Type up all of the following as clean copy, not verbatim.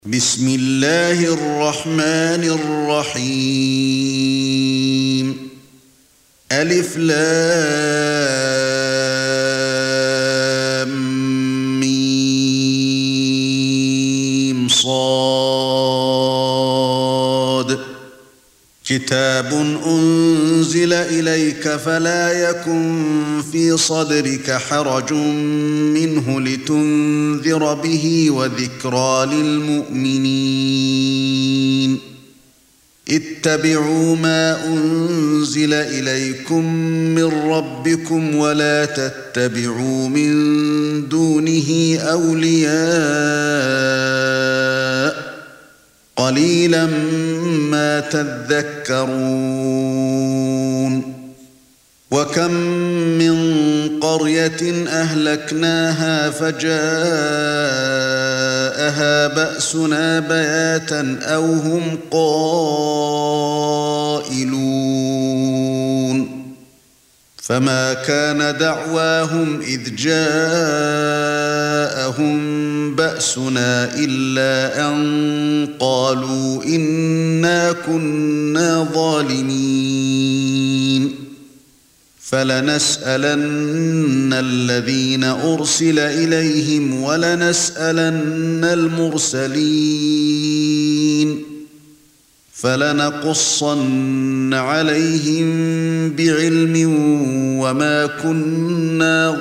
بسم الله الرحمن الرحيم ألف لام ميم صاد كتاب أنزل إليك فلا يكن في صدرك حرج منه لتنذر به وذكرى للمؤمنين اتبعوا ما أنزل إليكم من ربكم ولا تتبعوا من دونه أولياء قليلا ما تذكرون وكم من قرية أهلكناها فجاءها بأسنا بياتا أو هم قائلون فما كان دعواهم إذ جاءهم بأسنا إلا أن قالوا إنا كنا ظالمين فلنسألن الذين أرسل إليهم ولنسألن المرسلين فلنقصن عليهم بعلم وما كنا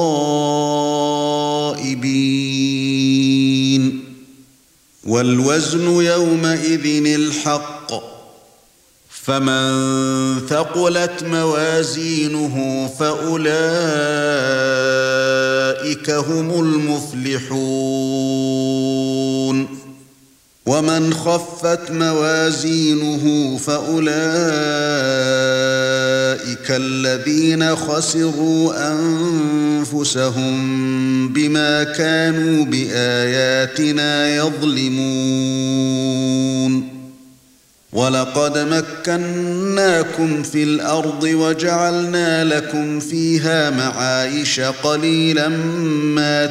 غائبين والوزن يومئذ الحق فمن ثقلت موازينه فأولئك هم المفلحون ومن خفت موازينه فأولئك الذين خسروا أنفسهم بما كانوا بآياتنا يظلمون وَلَقَدْ مَكَّنَّاكُمْ فِي الْأَرْضِ وَجَعَلْنَا لَكُمْ فِيهَا مَعَايِشَ قَلِيلًا مَا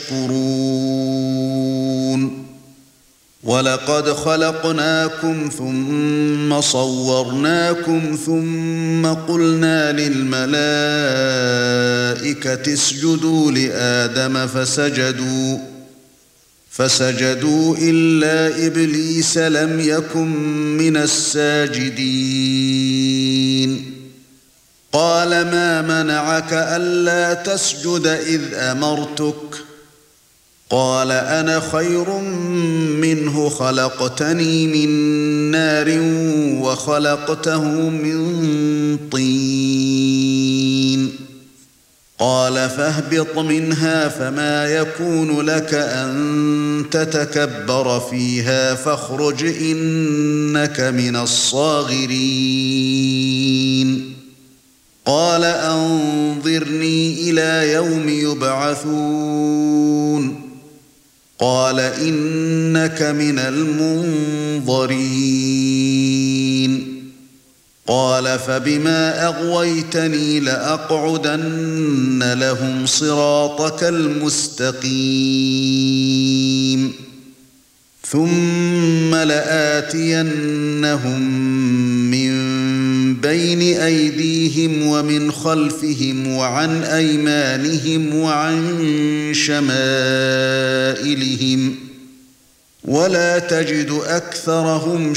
تَشْكُرُونَ وَلَقَدْ خَلَقْنَاكُمْ ثُمَّ صَوَّرْنَاكُمْ ثُمَّ قُلْنَا لِلْمَلَائِكَةِ اسْجُدُوا لِآدَمَ فسجدوا إلا إبليس لم يكن من الساجدين قال ما منعك ألا تسجد إذ أمرتك قال أنا خير منه خلقتني من نار وخلقته من طين قال فاهبط منها فما يكون لك أن تتكبر فيها فاخرج إنك من الصاغرين قال أنظرني إلى يوم يبعثون قال إنك من المنظرين قال فبما أغويتني لأقعدن لهم صراطك المستقيم ثم لآتينهم من بين أيديهم ومن خلفهم وعن أيمانهم وعن شمائلهم ولا تجد أكثرهم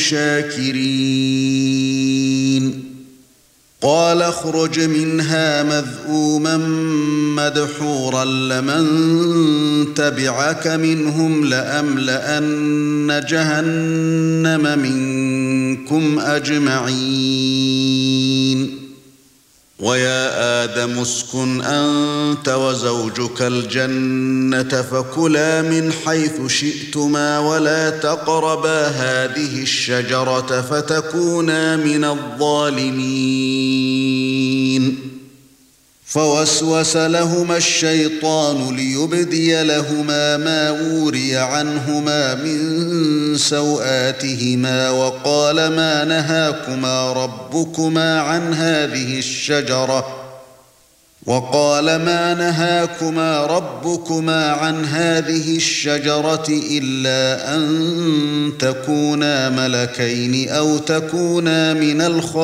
شاكرين قال اخرج منها مذءوما مدحورا لمن تبعك منهم لأملأن جهنم منكم أجمعين ويا آدم اسكن أنت وزوجك الجنة فكلا من حيث شئتما ولا تقربا هذه الشجرة فتكونا من الظالمين فوسوس لهما الشيطان ليبدي لهما ما وري عنهما من سوآتهما وقال ما نهاكما ربكما عن هذه الشجرة وقال ما نهاكما ربكما عن هذه الشجرة إلا أن تكونا ملكين أو تكونا من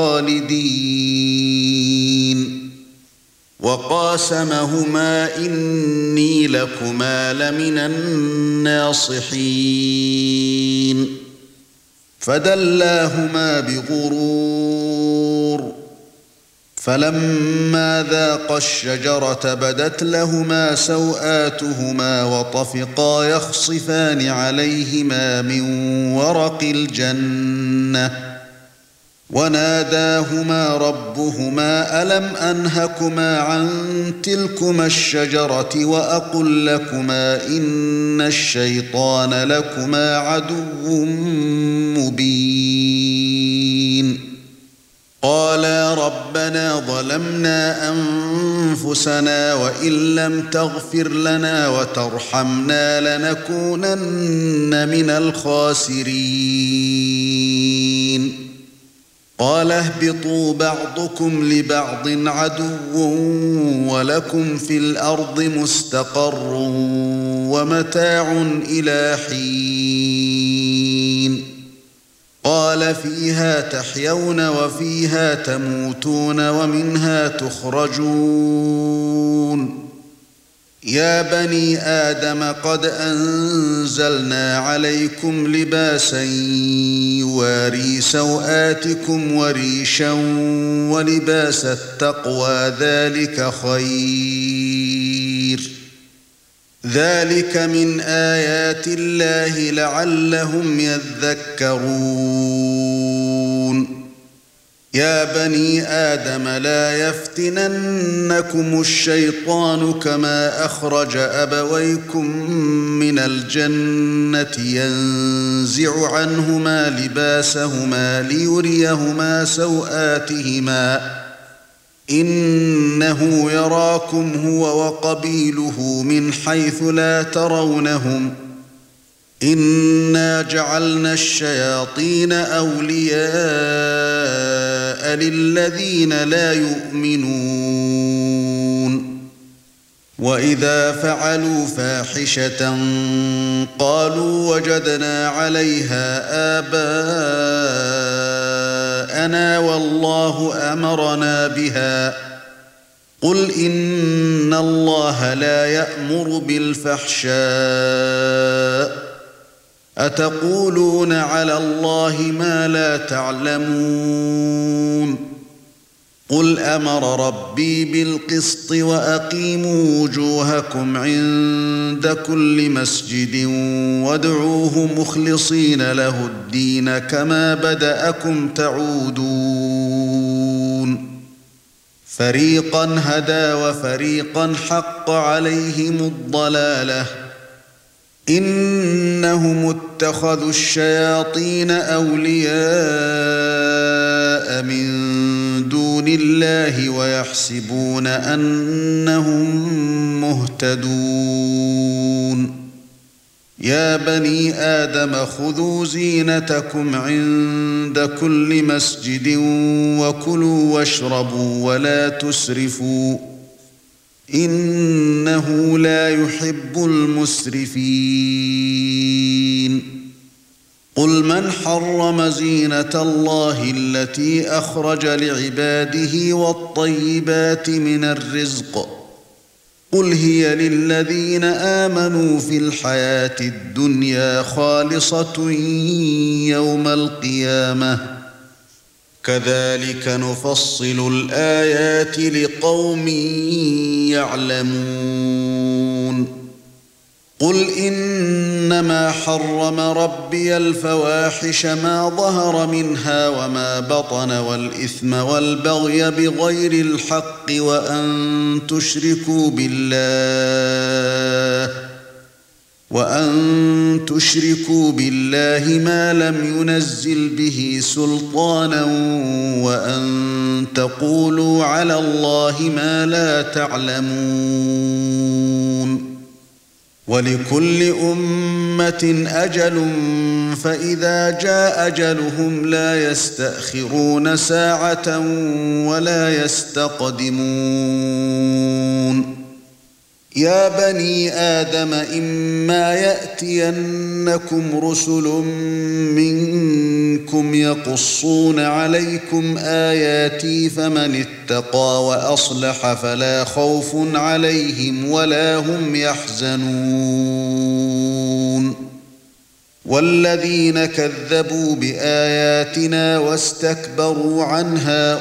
الخالدين وقاسمهما إني لكما لمن الناصحين فدلاهما بغرور فلما ذاقا الشجرة بدت لهما سوآتهما وطفقا يخصفان عليهما من ورق الجنة وناداهما ربهما ألم أنهكما عن تلكما الشجرة وأقل لكما إن الشيطان لكما عدو مبين قالا ربنا ظلمنا أنفسنا وإن لم تغفر لنا وترحمنا لنكونن من الخاسرين قال اهبطوا بعضكم لبعض عدو ولكم في الأرض مستقر ومتاع إلى حين قال فيها تحيون وفيها تموتون ومنها تخرجون يا بني آدم قد أنزلنا عليكم لباسا يواري سوآتكم وريشا ولباس التقوى ذلك خير ذلك من آيات الله لعلهم يذكرون يا بني آدم لا يفتننكم الشيطان كما أخرج أبويكم من الجنة ينزع عنهما لباسهما ليريهما سوآتهما إنه يراكم هو وقبيله من حيث لا ترونهم إنا جعلنا الشياطين أولياء للذين لا يؤمنون وإذا فعلوا فاحشة قالوا وجدنا عليها آباءنا والله أمرنا بها قل إن الله لا يأمر بالفحشاء أتقولون على الله ما لا تعلمون قل أمر ربي بالقسط وأقيموا وجوهكم عند كل مسجد وادعوه مخلصين له الدين كما بدأكم تعودون فريقا هدى وفريقا حق عليهم الضلالة إنهم اتخذوا الشياطين أولياء من دون الله ويحسبون أنهم مهتدون يا بني آدم خذوا زينتكم عند كل مسجد وكلوا واشربوا ولا تسرفوا إنه لا يحب المسرفين قل من حرم زينة الله التي أخرج لعباده والطيبات من الرزق قل هي للذين آمنوا في الحياة الدنيا خالصة يوم القيامة كذلك نفصل الآيات لقوم يعلمون قل إنما حرم ربي الفواحش ما ظهر منها وما بطن والإثم والبغي بغير الحق وأن تشركوا بالله ما لم ينزل به سلطانا وأن تقولوا على الله ما لا تعلمون ولكل أمة أجل فإذا جاء أجلهم لا يستأخرون ساعة ولا يستقدمون يا بني آدم إما يأتينكم رسل منكم يقصون عليكم آياتي فمن اتقى وأصلح فلا خوف عليهم ولا هم يحزنون والذين كذبوا بآياتنا واستكبروا عنها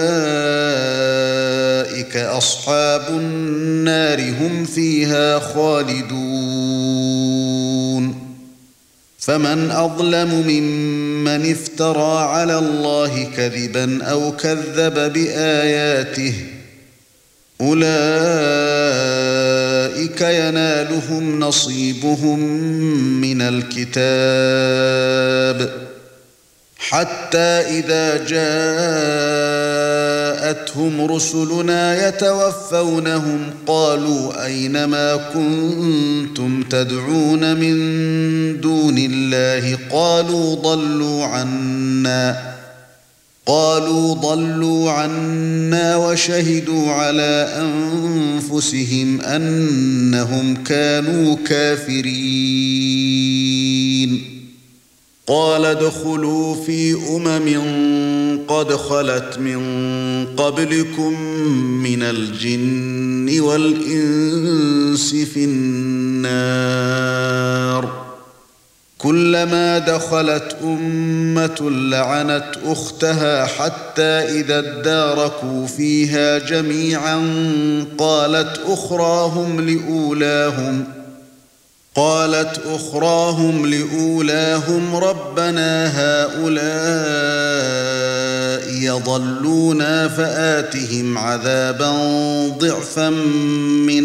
أولئك أصحاب النار هم فيها خالدون فمن أظلم ممن افترى على الله كذبا أو كذب بآياته أولئك ينالهم نصيبهم من الكتاب حتى إذا جاءتهم رسلنا يتوفونهم قالوا أين ما كنتم تدعون من دون الله قالوا ضلوا عنا وشهدوا على أنفسهم أنهم كانوا كافرين قال ادخلوا في قد خلت من قبلكم من الجن والإنس في النار كلما دخلت أمة لعنت أختها حتى إذا اداركوا فيها جميعا قالت أخراهم لأولاهم ربنا هؤلاء يضلونا فآتهم عذابا ضعفا من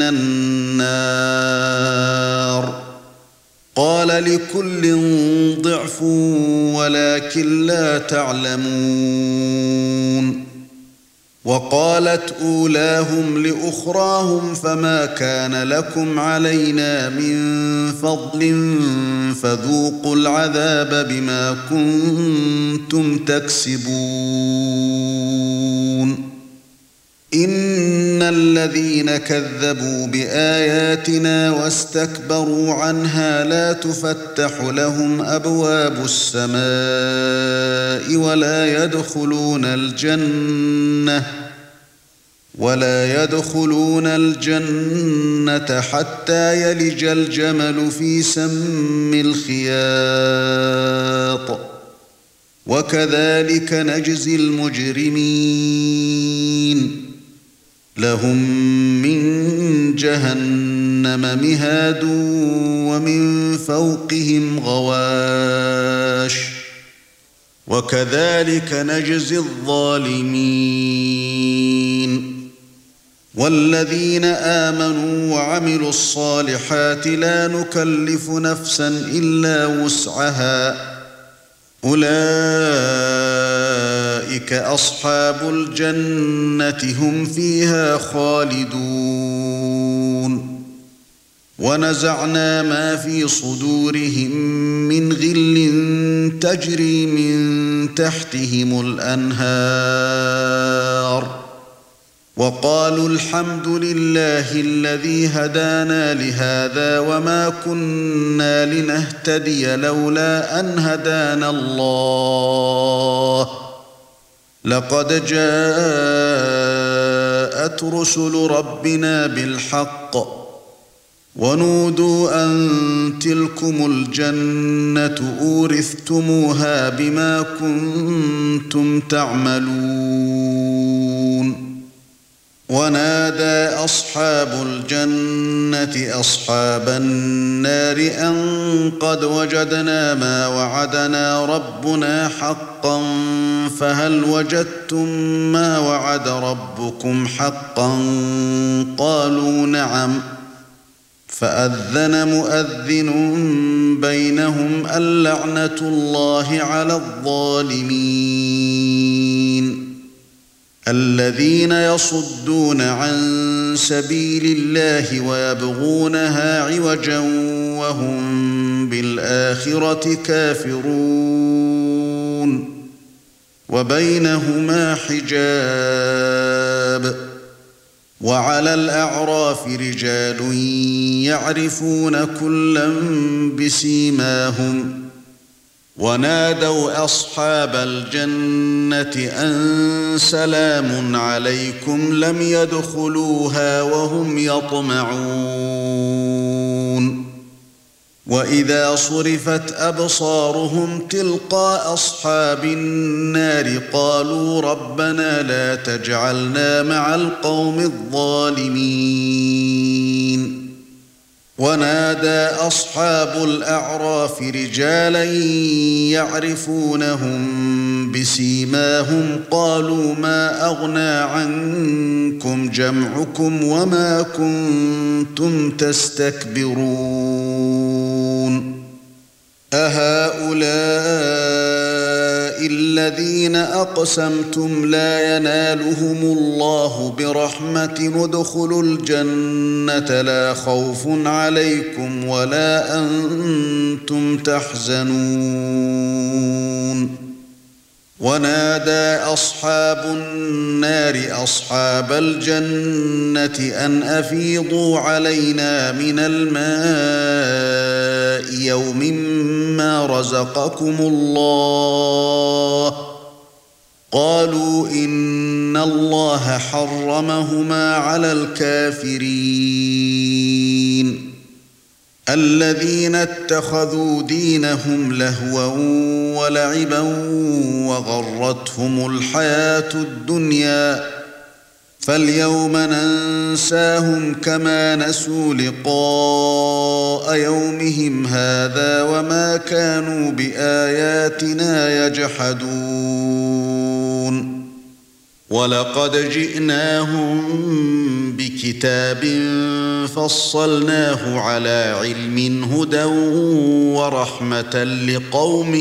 النار قال لكل ضعف ولكن لا تعلمون وقالت أولاهم لأخراهم فما كان لكم علينا من فضل فذوقوا العذاب بما كنتم تكسبون إن الذين كذبوا بآياتنا واستكبروا عنها لا تفتح لهم أبواب السماء ولا يدخلون الجنة حتى يلج الجمل في سم الخياط وكذلك نجزي المجرمين لهم من جهنم مهاد ومن فوقهم غواش وكذلك نجزي الظالمين والذين آمنوا وعملوا الصالحات لا نكلف نفسا إلا وسعها أولئك أصحاب الجنة هم فيها خالدون ونزعنا ما في صدورهم من غل تجري من تحتهم الأنهار وقالوا الحمد لله الذي هدانا لهذا وما كنا لنهتدي لولا أن هدانا الله لقد جاءت رسل ربنا بالحق ونودوا أن تلكم الجنة أورثتموها بما كنتم تعملون ونادى أصحاب الجنة أصحاب النار أن قد وجدنا ما وعدنا ربنا حقا فهل وجدتم ما وعد ربكم حقا قالوا نعم فأذن مؤذن بينهم اللعنة الله على الظالمين الذين يصدون عن سبيل الله ويبغونها عوجا وهم بالآخرة كافرون وبينهما حجاب وعلى الأعراف رجال يعرفون كلا بسيماهم ونادوا أصحاب الجنة أن سلام عليكم لم يدخلوها وهم يطمعون وإذا صرفت أبصارهم تلقاء أصحاب النار قالوا ربنا لا تجعلنا مع القوم الظالمين ونادى أصحاب الأعراف رجالا يعرفونهم بسيماهم قالوا ما أغنى عنكم جمعكم وما كنتم تستكبرون أهؤلاء الذين أقسمتم لا ينالهم الله برحمة ادخلوا الجنة لا خوف عليكم ولا أنتم تحزنون ونادى أصحاب النار أصحاب الجنة أن أفيضوا علينا من الماء يوم ما رزقكم الله قالوا إن الله حرمهما على الكافرين الذين اتخذوا دينهم لهوا ولعبا وغرتهم الحياة الدنيا فاليوم ننساهم كما نسوا لقاء يومهم هذا وما كانوا بآياتنا يجحدون ولقد جئناهم بكتاب فصلناه على علم هدى ورحمة لقوم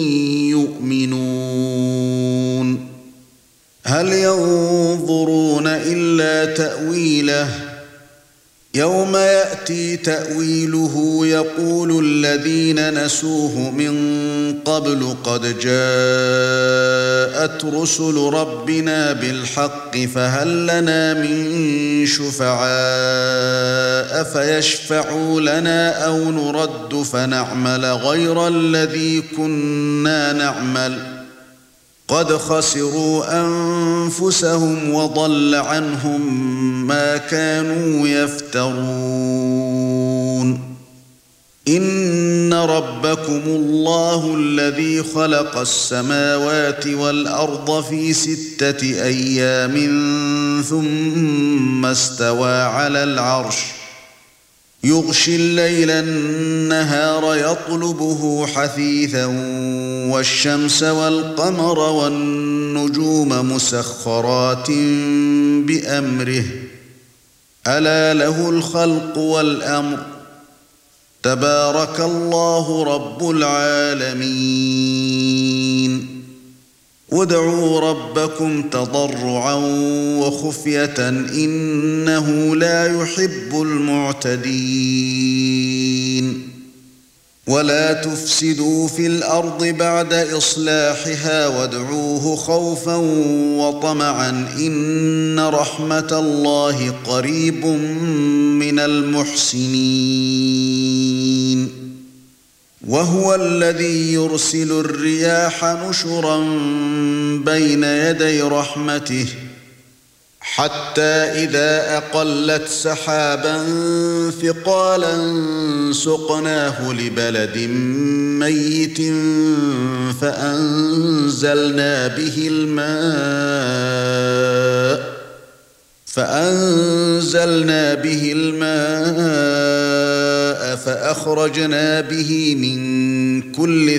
يؤمنون هل ينظرون إلا تأويله يوم يأتي تأويله يقول الذين نسوه من قبل قد جاءت رسل ربنا بالحق فهل لنا من شفعاء فيشفعوا لنا أو نرد فنعمل غير الذي كنا نعمل قد خسروا أنفسهم وضل عنهم ما كانوا يفترون إن ربكم الله الذي خلق السماوات والأرض في 6 أيام ثم استوى على العرش يغشي الليل النهار يطلبه حثيثا والشمس والقمر والنجوم مسخرات بأمره ألا له الخلق والأمر تبارك الله رب العالمين وادعوا ربكم تضرعا وخفية إنه لا يحب المعتدين ولا تفسدوا في الأرض بعد إصلاحها وادعوه خوفا وطمعا إن رحمة الله قريب من المحسنين وهو الذي يرسل الرياح نشرا بين يدي رحمته حتى إذا أقلت سحابا ثقالا سقناه لبلد ميت فأنزلنا به الماء فأخرجنا به من كل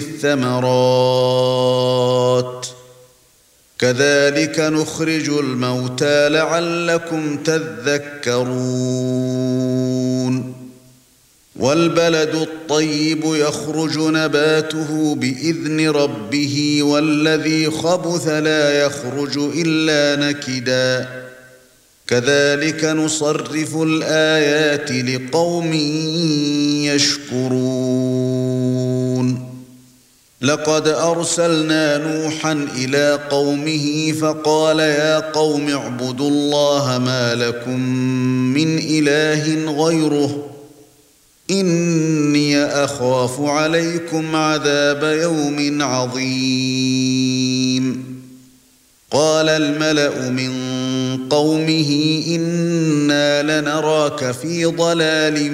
الثمرات كذلك نخرج الموتى لعلكم تذكرون والبلد الطيب يخرج نباته بإذن ربه والذي خبث لا يخرج إلا نكدا كذلك نصرف الآيات لقوم يشكرون لقد أرسلنا نوحا إلى قومه فقال يا قوم اعبدوا الله ما لكم من إله غيره إني أخاف عليكم عذاب يوم عظيم قال الملأ من قومه إنا لنراك في ضلال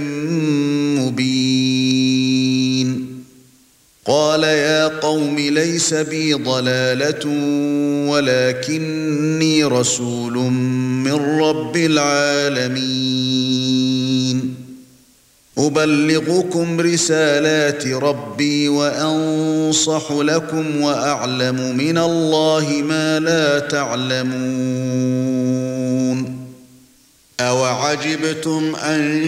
مبين قال يا قوم ليس بي ضلالة ولكني رسول من رب العالمين أبلغكم رسالات ربي وأنصح لكم وأعلم من الله ما لا تعلمون أوعجبتم أن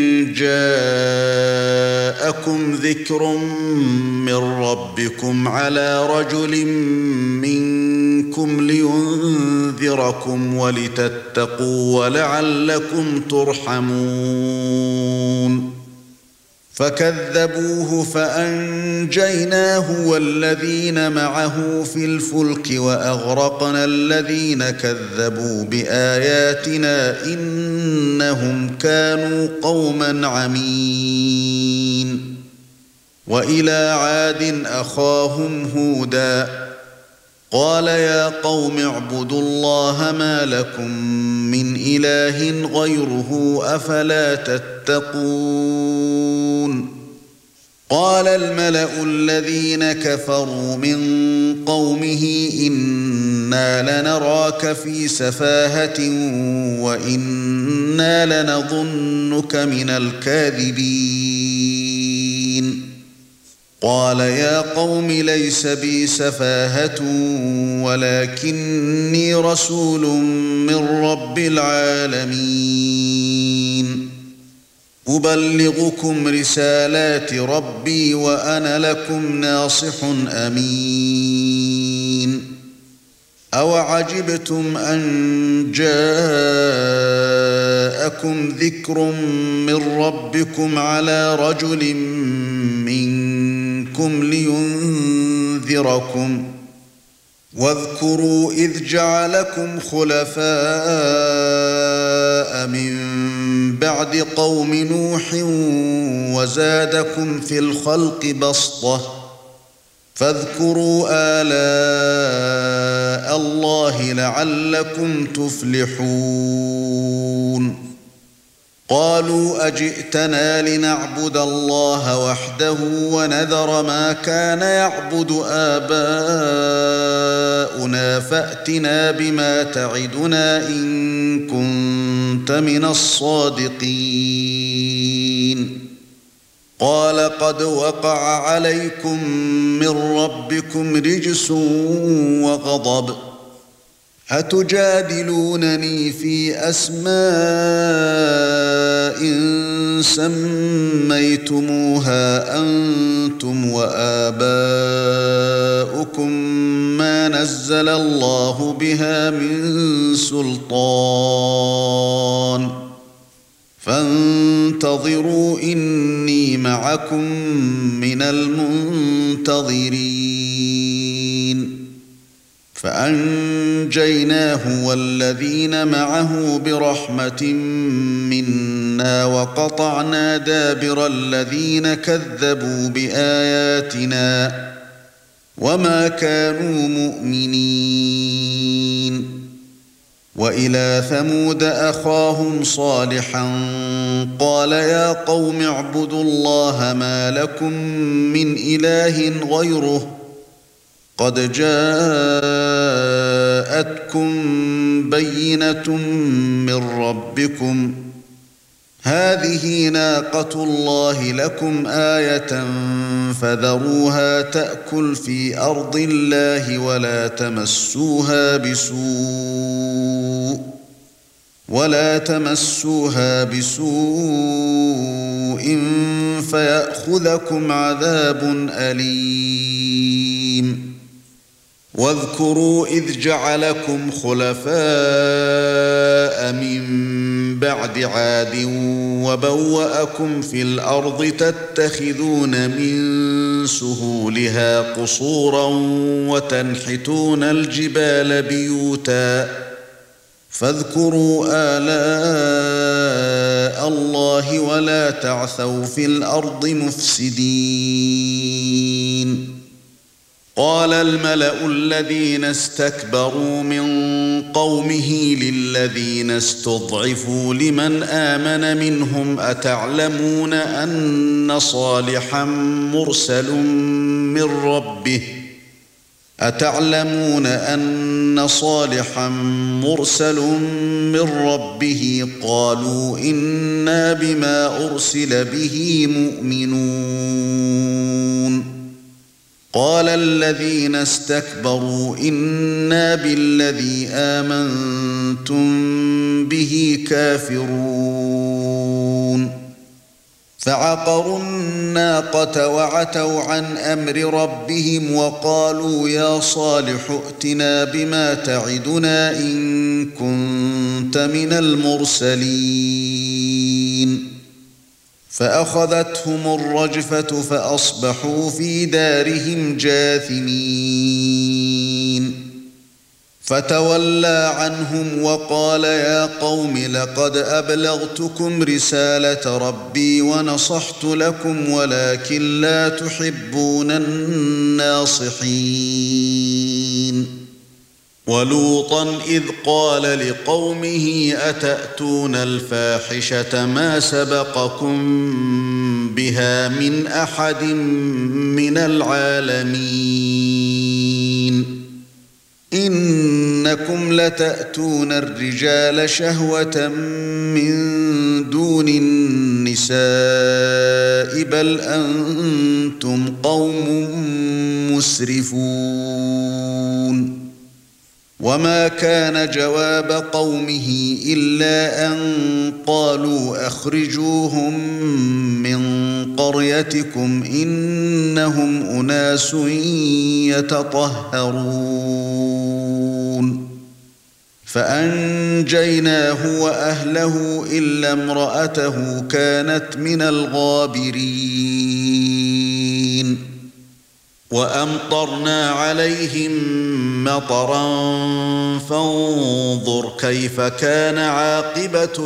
جاءكم ذكر من ربكم على رجل منكم لينذركم ولتتقوا ولعلكم ترحمون فكذبوه فأنجيناه والذين معه في الفلك وأغرقنا الذين كذبوا بآياتنا إنهم كانوا قوما عمين وإلى عاد أخاهم هودا قال يا قوم اعبدوا الله ما لكم من إله غيره أفلا تتقون قال الملأ الذين كفروا من قومه إنا لنراك في سفاهة وإنا لنظنك من الكاذبين قال يا قوم ليس بي سفاهة ولكني رسول من رب العالمين أبلغكم رسالات ربي وأنا لكم ناصح أمين أوعجبتم أن جاءكم ذكر من ربكم على رجل منكم لينذركم واذكروا إذ جعلكم خلفاء من بعد قوم نوح وزادكم في الخلق بسطة فاذكروا آلاء الله لعلكم تفلحون قالوا أجئتنا لنعبد الله وحده ونذر ما كان يعبد آباؤنا فأتنا بما تعدنا إن كنت من الصادقين قال قد وقع عليكم من ربكم رجس وغضب أتجادلونني في أسماء سميتموها أنتم وآباؤكم ما نزل الله بها من سلطان فانتظروا إني معكم من المنتظرين فأنجيناه والذين معه برحمة منا وقطعنا دابر الذين كذبوا بآياتنا وما كانوا مؤمنين وإلى ثمود أخاهم صالحا قال يا قوم اعبدوا الله ما لكم من إله غيره قد جاءتكم بينة من ربكم هذه ناقة الله لكم آية فذروها تأكل في أرض الله ولا تمسوها بسوء ولا تمسوها بسوء فيأخذكم عذاب أليم واذكروا إذ جعلكم خلفاء من بعد عاد وبوأكم في الأرض تتخذون من سهولها قصورا وتنحتون الجبال بيوتا فاذكروا آلاء الله ولا تعثوا في الأرض مفسدين قال الملأ الذين استكبروا من قومه للذين استضعفوا لمن آمن منهم أتعلمون أن صالحا مرسل من ربه قالوا إنا بما أرسل به مؤمنون قال الذين استكبروا إنا بالذي آمنتم به كافرون فعقروا الناقة وعتوا عن أمر ربهم وقالوا يا صالح ائتنا بما تعدنا إن كنت من المرسلين فأخذتهم الرجفة فأصبحوا في دارهم جاثمين فتولى عنهم وقال يا قوم لقد أبلغتكم رسالة ربي ونصحت لكم ولكن لا تحبون الناصحين ولوطا إذ قال لقومه أتأتون الفاحشة ما سبقكم بها من أحد من العالمين إنكم لتأتون الرجال شهوة من دون النساء بل أنتم قوم مسرفون وما كان جواب قومه إلا أن قالوا أخرجوهم من قريتكم إنهم أناس يتطهرون فأنجيناه وأهله إلا امرأته كانت من الغابرين وأمطرنا عليهم مطرا فانظر كيف كان عاقبة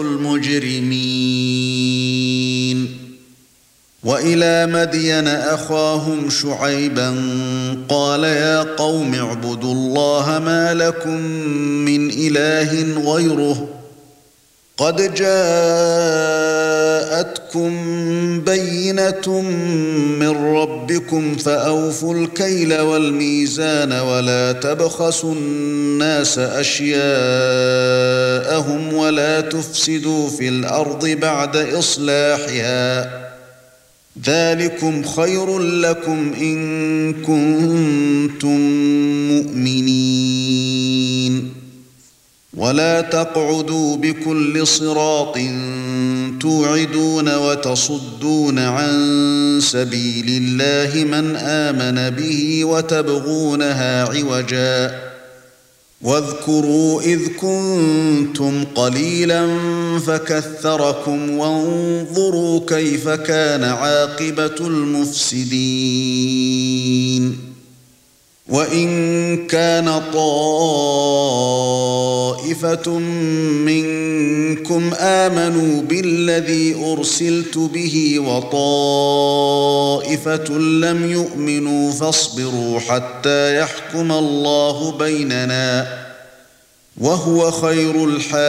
المجرمين وإلى مدين أخاهم شعيبا قال يا قوم اعبدوا الله ما لكم من إله غيره قد جاءتكم بينة من ربكم فأوفوا الكيل والميزان ولا تبخسوا الناس أشياءهم ولا تفسدوا في الأرض بعد إصلاحها ذلكم خير لكم إن كنتم مؤمنين ولا تقعدوا بكل صراط توعدون وتصدون عن سبيل الله من آمن به وتبغونها عوجا واذكروا إذ كنتم قليلا فكثركم وانظروا كيف كان عاقبة المفسدين وإن كان طائفة منكم آمنوا بالذي أرسلت به وطائفة لم يؤمنوا فاصبروا حتى يحكم الله بيننا وهو خير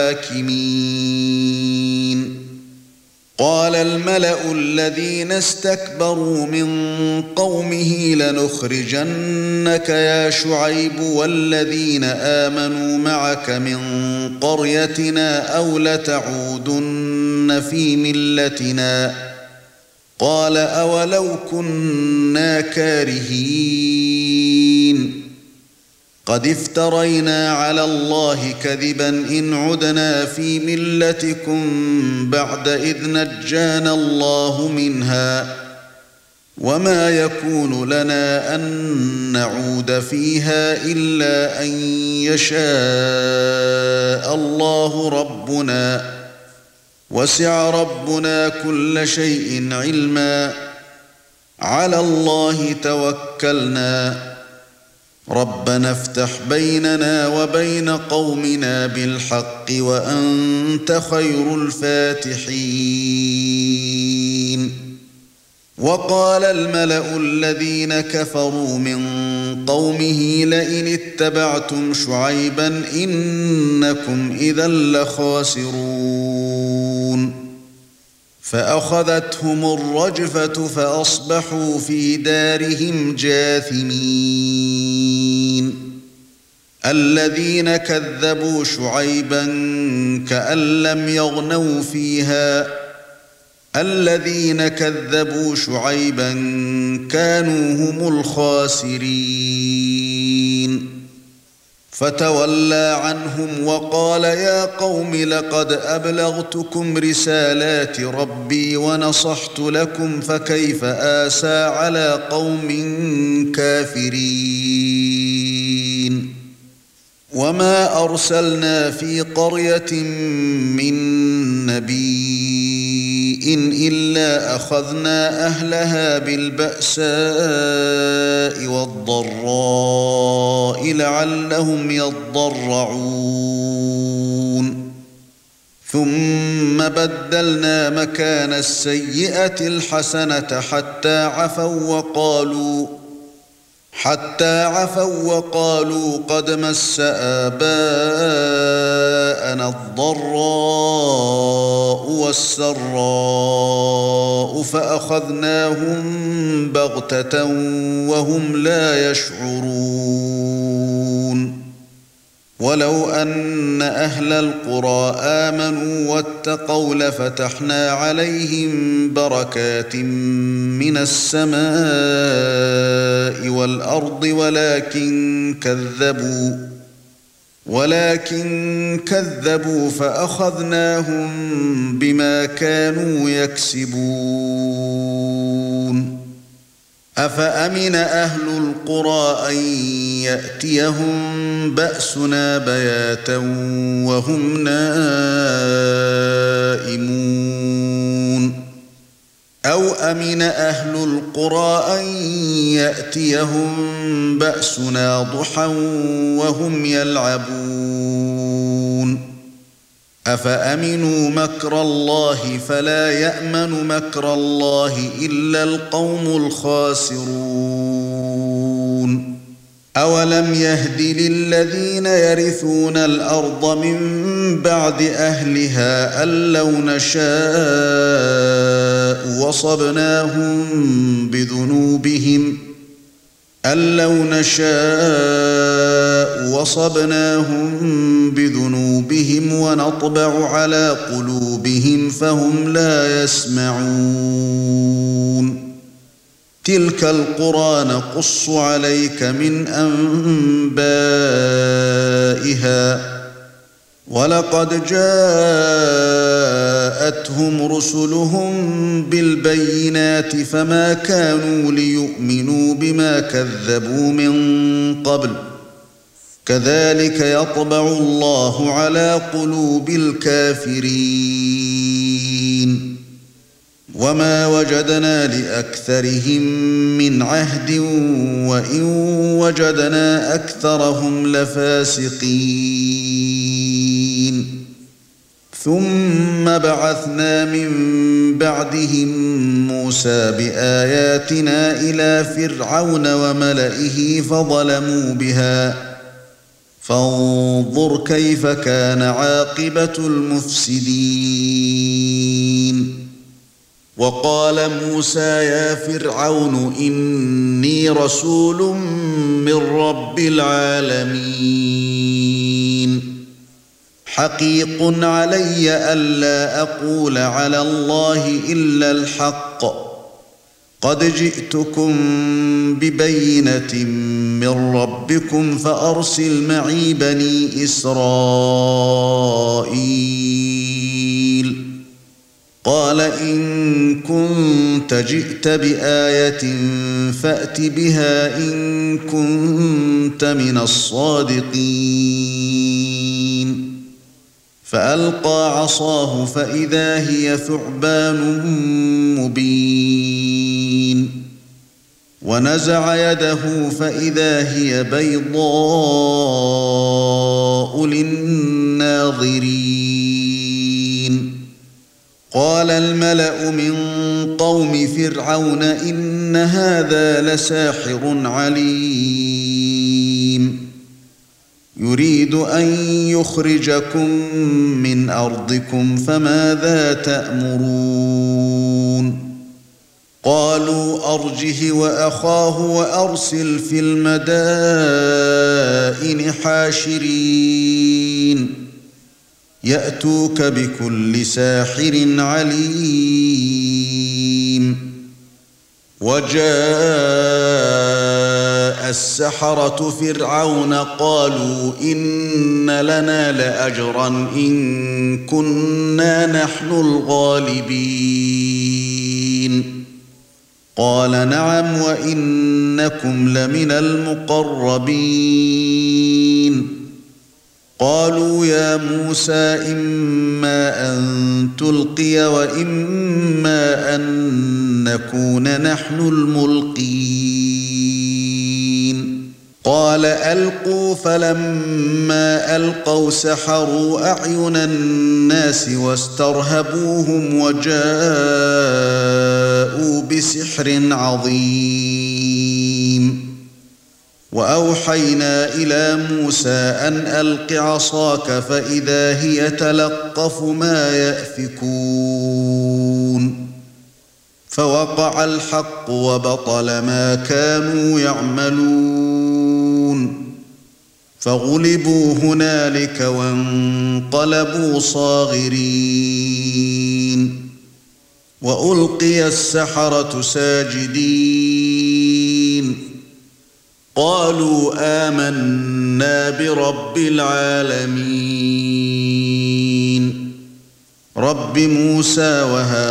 الحاكمين قال الملأ الذين استكبروا من قومه لنخرجنك يا شعيب والذين آمنوا معك من قريتنا أو لتعودن في ملتنا قال أولو كنا كارهين قد افترينا على الله كذبا إن عدنا في ملتكم بعد إذ نجانا الله منها وما يكون لنا أن نعود فيها إلا أن يشاء الله ربنا وسع ربنا كل شيء علما على الله توكلنا ربنا افتح بيننا وبين قومنا بالحق وأنت خير الفاتحين وقال الملأ الذين كفروا من قومه لئن اتبعتم شعيبا إنكم إذا لخاسرون فأخذتهم الرجفة فأصبحوا في دارهم جاثمين الذين كذبوا شعيبا كأن لم يغنوا فيها الذين كذبوا شعيبا كانوا هم الخاسرين فتولى عنهم وقال يا قوم لقد أبلغتكم رسالات ربي ونصحت لكم فكيف آسى على قوم كافرين وما أرسلنا في قرية من نبي إلا أخذنا أهلها بالبأساء والضراء لعلهم يضرعون ثم بدلنا مكان السيئة الحسنة حتى عفوا وقالوا قد مس آباءنا الضراء والسراء فأخذناهم بغتة وهم لا يشعرون ولو أن أهل القرى آمنوا واتقوا لفتحنا عليهم بركات من السماء والأرض ولكن كذبوا فأخذناهم بما كانوا يكسبون أفأمن أهل القرى أن يأتيهم بأسنا بياتا وهم نائمون أو أمن أهل القرى أن يأتيهم بأسنا ضحى وهم يلعبون أفأمنوا مكر الله فلا يأمن مكر الله إلا القوم الخاسرون أولم يهد للذين يرثون الأرض من بعد أهلها أن لو نشاء وصبناهم بذنوبهم ونطبع على قلوبهم فهم لا يسمعون تلك القرى نقص عليك من أنبائها ولقد جاءتهم رسلهم بالبينات فما كانوا ليؤمنوا بما كذبوا من قبل كذلك يطبع الله على قلوب الكافرين وما وجدنا لأكثرهم من عهد وإن وجدنا أكثرهم لفاسقين ثم بعثنا من بعدهم موسى بآياتنا إلى فرعون وملئه فظلموا بها فانظر كيف كان عاقبة المفسدين وقال موسى يا فرعون إني رسول من رب العالمين حقيق علي ألا أقول على الله إلا الحق قد جئتكم ببينة من ربكم فأرسل معي بني إسرائيل قال إن كنت جئت بآية فأت بها إن كنت من الصادقين فألقى عصاه فإذا هي ثعبان مبين ونزع يده فإذا هي بيضاء للناظرين قال الملأ من قوم فرعون إن هذا لساحر عليم يريد أن يخرجكم من أرضكم فماذا تأمرون قالوا أرجه وأخاه وأرسل في المدائن حاشرين يأتوك بكل ساحر عليم وجاء السحرة فرعون قالوا إن لنا لأجرا إن كنا نحن الغالبين قال نعم وإنكم لمن المقربين قالوا يا موسى إما أن تلقي وإما أن نكون نحن الملقين قال ألقوا فلما ألقوا سحروا أعين الناس واسترهبوهم وجاءوا بسحر عظيم وأوحينا إلى موسى أن ألق عصاك فإذا هي تلقف ما يأفكون فوقع الحق وبطل ما كانوا يعملون فغلبوا هنالك وانقلبوا صاغرين وألقي السحرة ساجدين قالوا آمنا برب العالمين رب موسى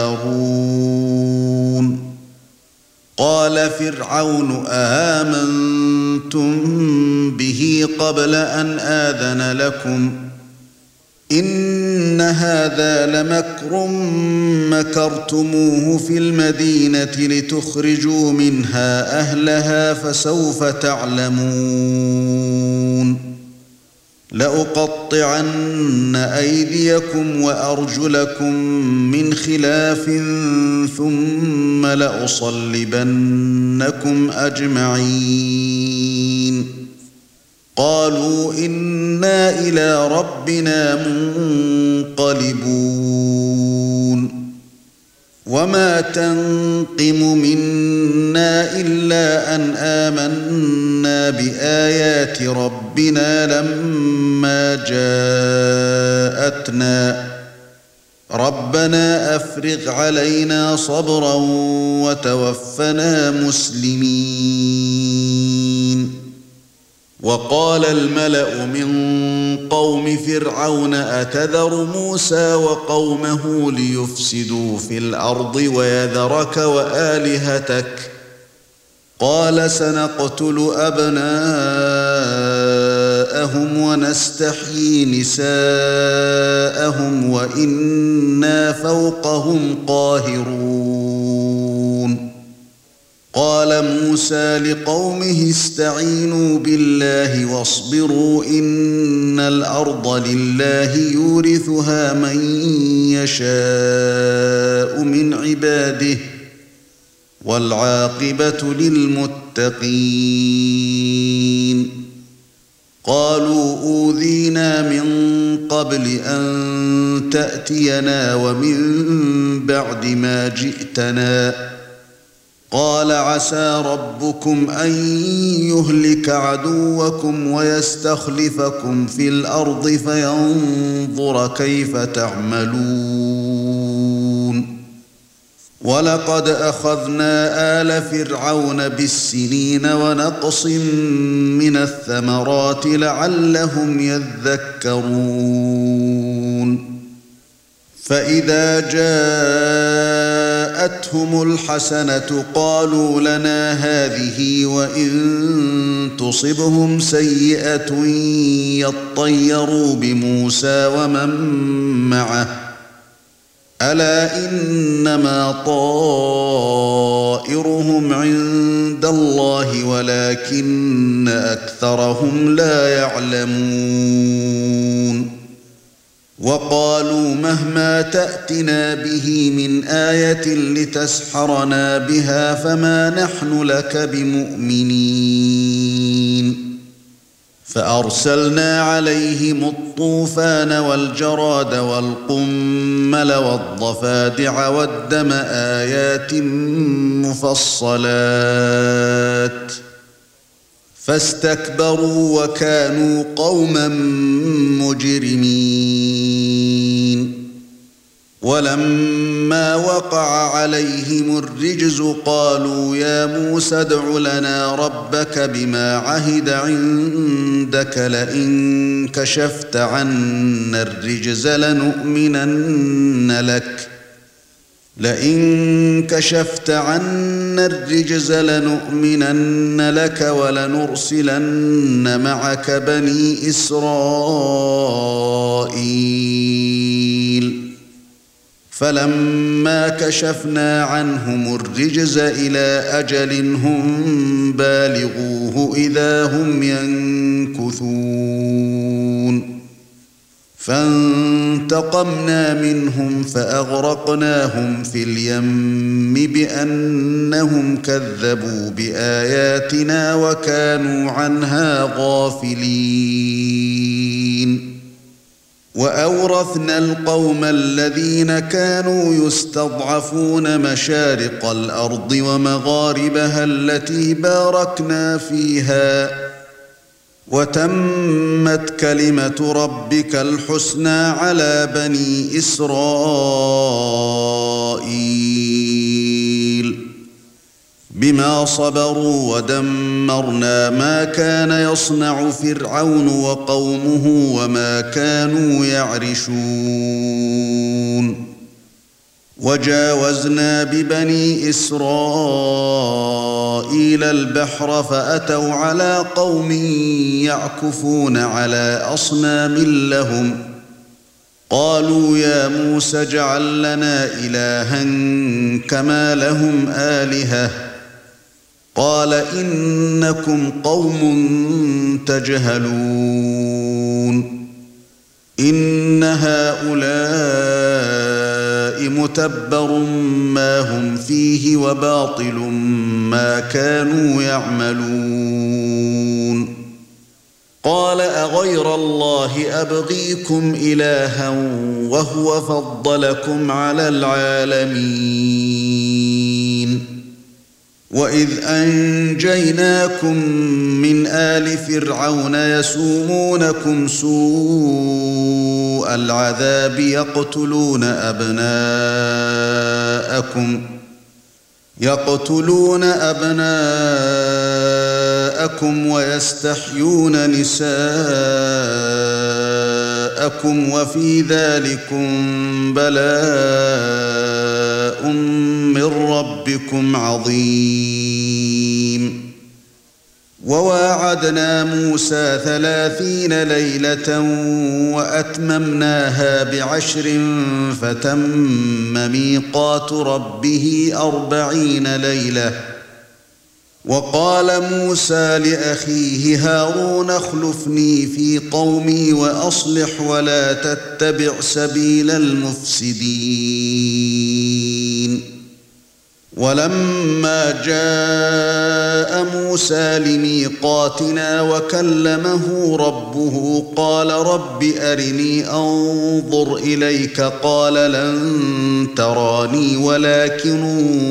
وهارون قال فرعون آمنتم به قبل أن آذن لكم إن هذا لمكر مكرتموه في المدينة لتخرجوا منها أهلها فسوف تعلمون لأقطعن أيديكم وأرجلكم من خلاف ثم لأصلبنكم أجمعين قالوا إنا إلى ربنا منقلبون وما تنقم منا إلا أن آمنا بآيات ربنا لما جاءتنا ربنا أفرغ علينا صبرا وتوفنا مسلمين وقال الملأ من قوم فرعون أتذر موسى وقومه ليفسدوا في الأرض ويذرك وآلهتك قال سنقتل أبناءهم ونستحيي نساءهم وإنا فوقهم قاهرون قال موسى لقومه استعينوا بالله واصبروا إن الأرض لله يورثها من يشاء من عباده والعاقبة للمتقين قالوا أوذينا من قبل أن تأتينا ومن بعد ما جئتنا قال عسى ربكم أن يهلك عدوكم ويستخلفكم في الأرض فينظر كيف تعملون وَلَقَدْ أَخَذْنَا آلَ فِرْعَوْنَ بِالسِّنِينَ وَنَقْصٍ مِنَ الثَّمَرَاتِ لَعَلَّهُمْ يَذَّكَّرُونَ فَإِذَا جَاءَتْهُمُ الْحَسَنَةُ قَالُوا لَنَا هَٰذِهِ وَإِن تُصِبْهُمْ سَيِّئَةٌ يَطَّيَّرُوا بِمُوسَىٰ وَمَن مَّعَهُ أَلَا إِنَّمَا طَائِرُهُمْ عِندَ اللَّهِ وَلَٰكِنَّ أَكْثَرَهُمْ لَا يَعْلَمُونَ وَقَالُوا مَهْمَا تَأْتِنَا بِهِ مِنْ آيَةٍ لِتَسْحَرَنَا بِهَا فَمَا نَحْنُ لَكَ بِمُؤْمِنِينَ فَأَرْسَلْنَا عَلَيْهِمُ الطُّوفَانَ وَالْجَرَادَ وَالْقُمَّلَ وَالضَّفَادِعَ وَالدَّمَ آيَاتٍ مُفَصَّلَاتٍ فَاسْتَكْبَرُوا وَكَانُوا قَوْمًا مُجْرِمِينَ وَلَمَّا وَقَعَ عَلَيْهِمُ الرِّجْزُ قَالُوا يَا مُوسَى ادْعُ لَنَا رَبَّكَ بِمَا عَهِدَ عِندَكَ لَئِن كَشَفْتَ عَنَّا الرِّجْزَ لَنُؤْمِنَنَّ لَكَ وَلَنُرْسِلَنَّ مَعَكَ بَنِي إِسْرَائِيلَ فَلَمَّا كَشَفْنَا عَنْهُمُ الرِّجْزَ إِلَىٰ أَجَلٍ هُمْ بَالِغُوهُ إِذَا هُمْ يَنكُثُونَ فَانتَقَمْنَا مِنْهُمْ فَأَغْرَقْنَاهُمْ فِي الْيَمِّ بِأَنَّهُمْ كَذَّبُوا بِآيَاتِنَا وَكَانُوا عَنْهَا غَافِلِينَ وَأَوْرَثْنَا الْقَوْمَ الَّذِينَ كَانُوا يُسْتَضْعَفُونَ مَشَارِقَ الْأَرْضِ وَمَغَارِبَهَا الَّتِي بَارَكْنَا فِيهَا وَتَمَّتْ كَلِمَةُ رَبِّكَ الْحُسْنَى عَلَى بَنِي إِسْرَائِيلَ بِمَا صَبَرُوا وَدَمَّرْنَا مَا كَانَ يَصْنَعُ فِرْعَوْنُ وَقَوْمُهُ وَمَا كَانُوا يَعْرِشُونَ وَجَاوَزْنَا بِبَنِي إِسْرَائِيلَ الْبَحْرَ فَأَتَوْا عَلَى قَوْمٍ يَعْكُفُونَ عَلَى أَصْنَامٍ لَّهُمْ قَالُوا يَا مُوسَى اجْعَل لَّنَا إِلَٰهًا كَمَا لَهُمْ آلِهَةٌ قَالَ إِنَّكُمْ قَوْمٌ تَجْهَلُونَ إِنَّ هَٰؤُلَاءِ مُتَبَّرٌ مَا هُمْ فِيهِ وَبَاطِلٌ مَا كَانُوا يَعْمَلُونَ قَالَ أَغَيْرَ اللَّهِ أَبْغِيكُمْ إِلَٰهًا وَهُوَ فَضَّلَكُمْ عَلَى الْعَالَمِينَ وَإِذْ أَنجَيْنَاكُمْ مِنْ آلِ فِرْعَوْنَ يَسُومُونَكُمْ سُوءَ الْعَذَابِ يَقْتُلُونَ أَبْنَاءَكُمْ وَيَسْتَحْيُونَ نِسَاءَكُمْ وَفِي ذَلِكُمْ بَلَاءٌ مِّن رَّبِّكُمْ عَظِيمٌ وَوَاعَدْنَا مُوسَى 30 لَيْلَةً وَأَتْمَمْنَاهَا ب10 فَتَمَّ مِيقَاتُ رَبِّهِ 40 لَيْلَةً وَقَالَ مُوسَى لِأَخِيهِ هَارُونَ اخْلُفْنِي فِي قَوْمِي وَأَصْلِحْ وَلَا تَتَّبِعْ سَبِيلَ الْمُفْسِدِينَ وَلَمَّا جَاءَ مُوسَى لِمِيقَاتِنَا وَكَلَّمَهُ رَبُّهُ قَالَ رَبِّ أَرِنِي أَنظُرْ إِلَيْكَ قَالَ لَن تَرَانِي وَلَكِنْ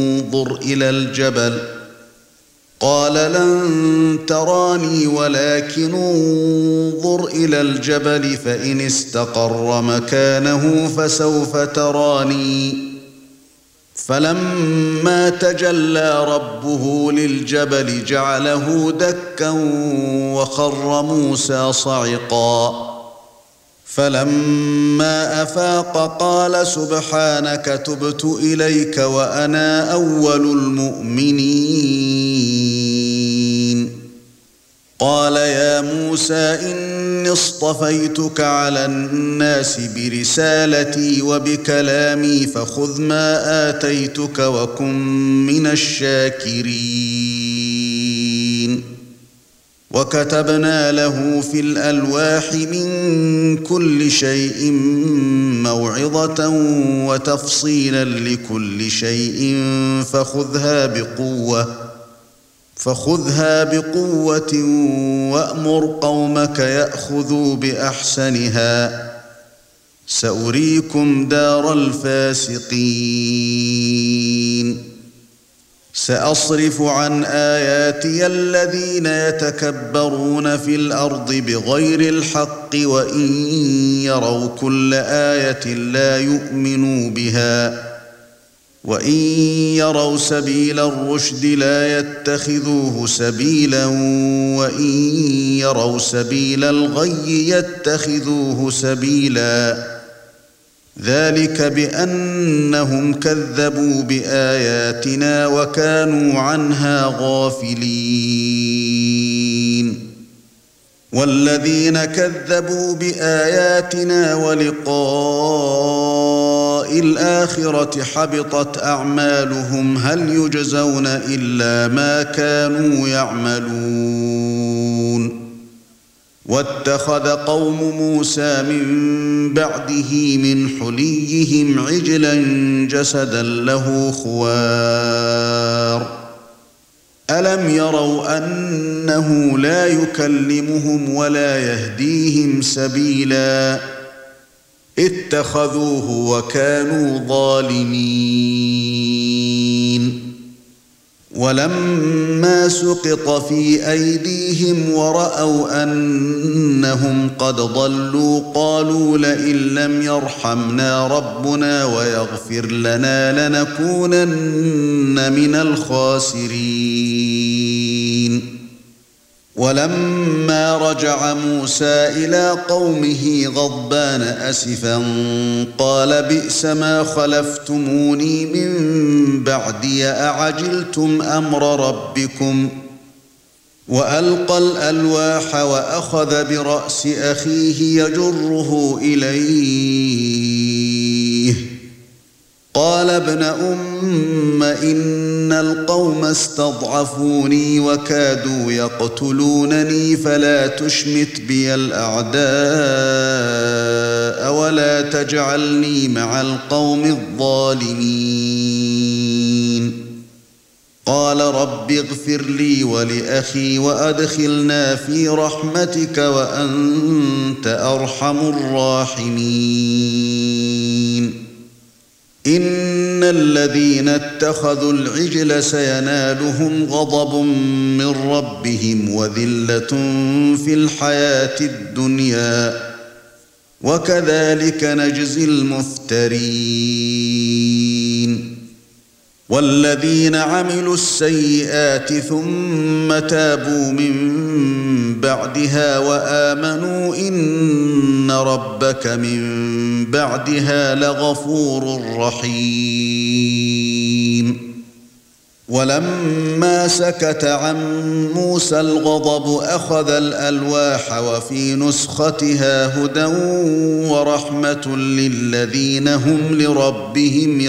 انظُرْ إِلَى الْجَبَلِ فلما تجلى ربه للجبل جعله دكا وخر موسى صعقا فلما أفاق قال سبحانك تبت إليك وأنا أول المؤمنين قال يا موسى إني اصطفيتك على الناس برسالتي وبكلامي فخذ ما آتيتك وكن من الشاكرين وكتبنا له في الألواح من كل شيء موعظة وتفصيلا لكل شيء فخذها بقوة وأمر قومك يأخذوا بأحسنها سأريكم دار الفاسقين سأصرف عن آياتي الذين يتكبرون في الأرض بغير الحق وإن يروا كل آية لا يؤمنوا بها وإن يروا سبيل الرشد لا يتخذوه سبيلا وإن يروا سبيل الغي يتخذوه سبيلا ذلك بأنهم كذبوا بآياتنا وكانوا عنها غافلين والذين كذبوا بآياتنا ولقاء الآخرة حبطت أعمالهم هل يجزون إلا ما كانوا يعملون واتخذ قوم موسى من بعده من حليهم عجلا جسدا له خوار ألم يروا أنه لا يكلمهم ولا يهديهم سبيلا اتخذوه وكانوا ظالمين ولما سقط في أيديهم ورأوا أنهم قد ضلوا قالوا لئن لم يرحمنا ربنا ويغفر لنا لنكونن من الخاسرين ولما رجع موسى إلى قومه غضبان أسفا قال بئس ما خلفتموني من بعدي أعجلتم أمر ربكم وألقى الألواح وأخذ برأس أخيه يجره إليه قال ابن أم إن القوم استضعفوني وكادوا يقتلونني فلا تشمت بي الأعداء ولا تجعلني مع القوم الظالمين قال رب اغفر لي ولأخي وأدخلنا في رحمتك وأنت أرحم الراحمين إن الذين اتخذوا العجل سينالهم غضب من ربهم وذلة في الحياة الدنيا وكذلك نجزي المفترين والذين عملوا السيئات ثم تابوا من بعدها وآمنوا إن ربك من بعدها لغفور رحيم ولما سكت عن موسى الغضب أخذ الألواح وفي نسختها هدى ورحمة للذين هم لربهم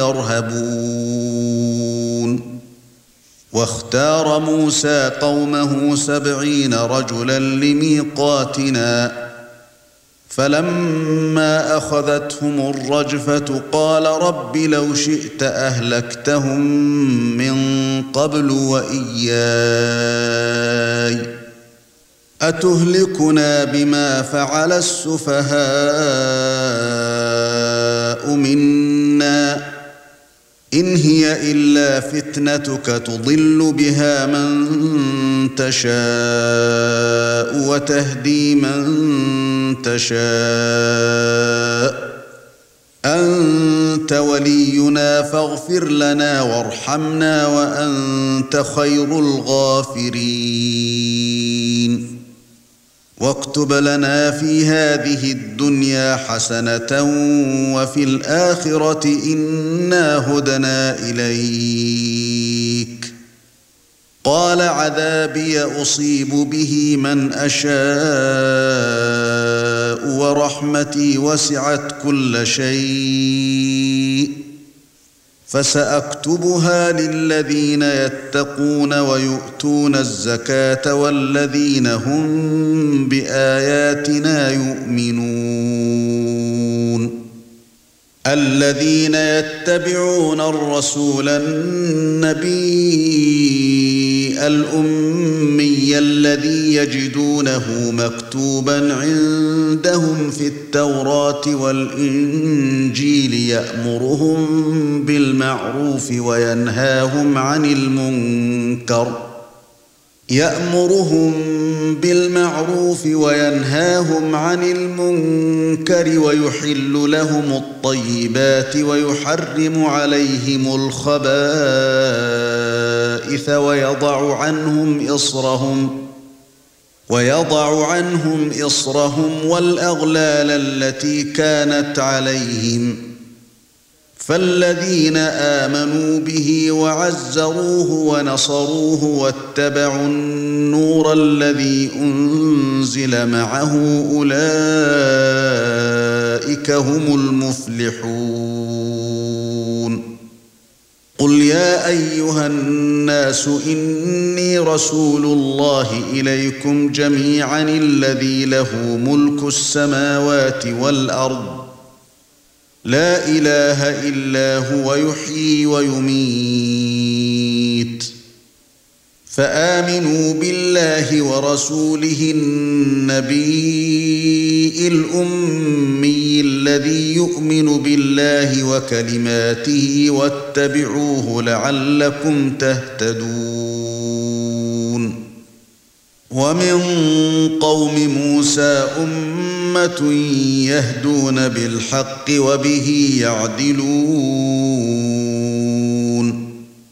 يرهبون واختار موسى قومه 70 رجلا لميقاتنا فلما أخذتهم الرجفة قال رب لو شئت أهلكتهم من قبل وإياي أتهلكنا بما فعل السفهاء منا إن هي إلا فتنتك تضل بها من تشاء وتهدي من تشاء أنت ولينا فاغفر لنا وارحمنا وأنت خير الغافرين واكتب لنا في هذه الدنيا حسنة وفي الآخرة إنا هدنا إليك قال عذابي أصيب به من أشاء ورحمتي وسعت كل شيء فسأكتبها للذين يتقون ويؤتون الزكاة والذين هم بآياتنا يؤمنون الذين يتبعون الرسول النبي الأمي الذي يجدونه مكتوبا عندهم في التوراة والإنجيل يأمرهم بالمعروف وينهاهم عن المنكر ويحل لهم الطيبات ويحرم عليهم الخبائث ويضع عنهم إصرهم والأغلال التي كانت عليهم فالذين آمنوا به وعزروه ونصروه واتبعوا النور الذي أنزل معه أولئك هم المفلحون قل يا أيها الناس إني رسول الله إليكم جميعا الذي له ملك السماوات والأرض لا إله إلا هو يحيي ويميت فآمنوا بالله ورسوله النبي الأمي الذي يؤمن بالله وكلماته واتبعوه لعلكم تهتدون ومن قوم موسى أمة يهدون بالحق وبه يعدلون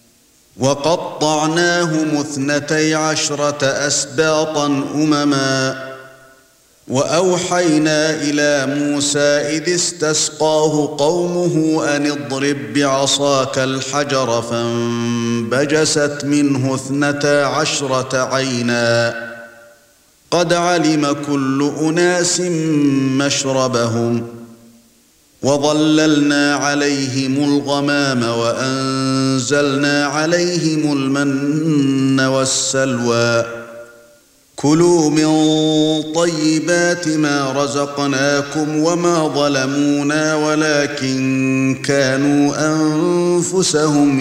وقطعناهم 12 أسباطا أمما وأوحينا إلى موسى إذ استسقاه قومه أن اضرب بعصاك الحجر فانبجست منه 12 عينا قد علم كل أناس مشربهم وظللنا عليهم الغمام وأنزلنا عليهم المن والسلوى كلوا من طيبات ما رزقناكم وما ظلمونا ولكن كانوا أنفسهم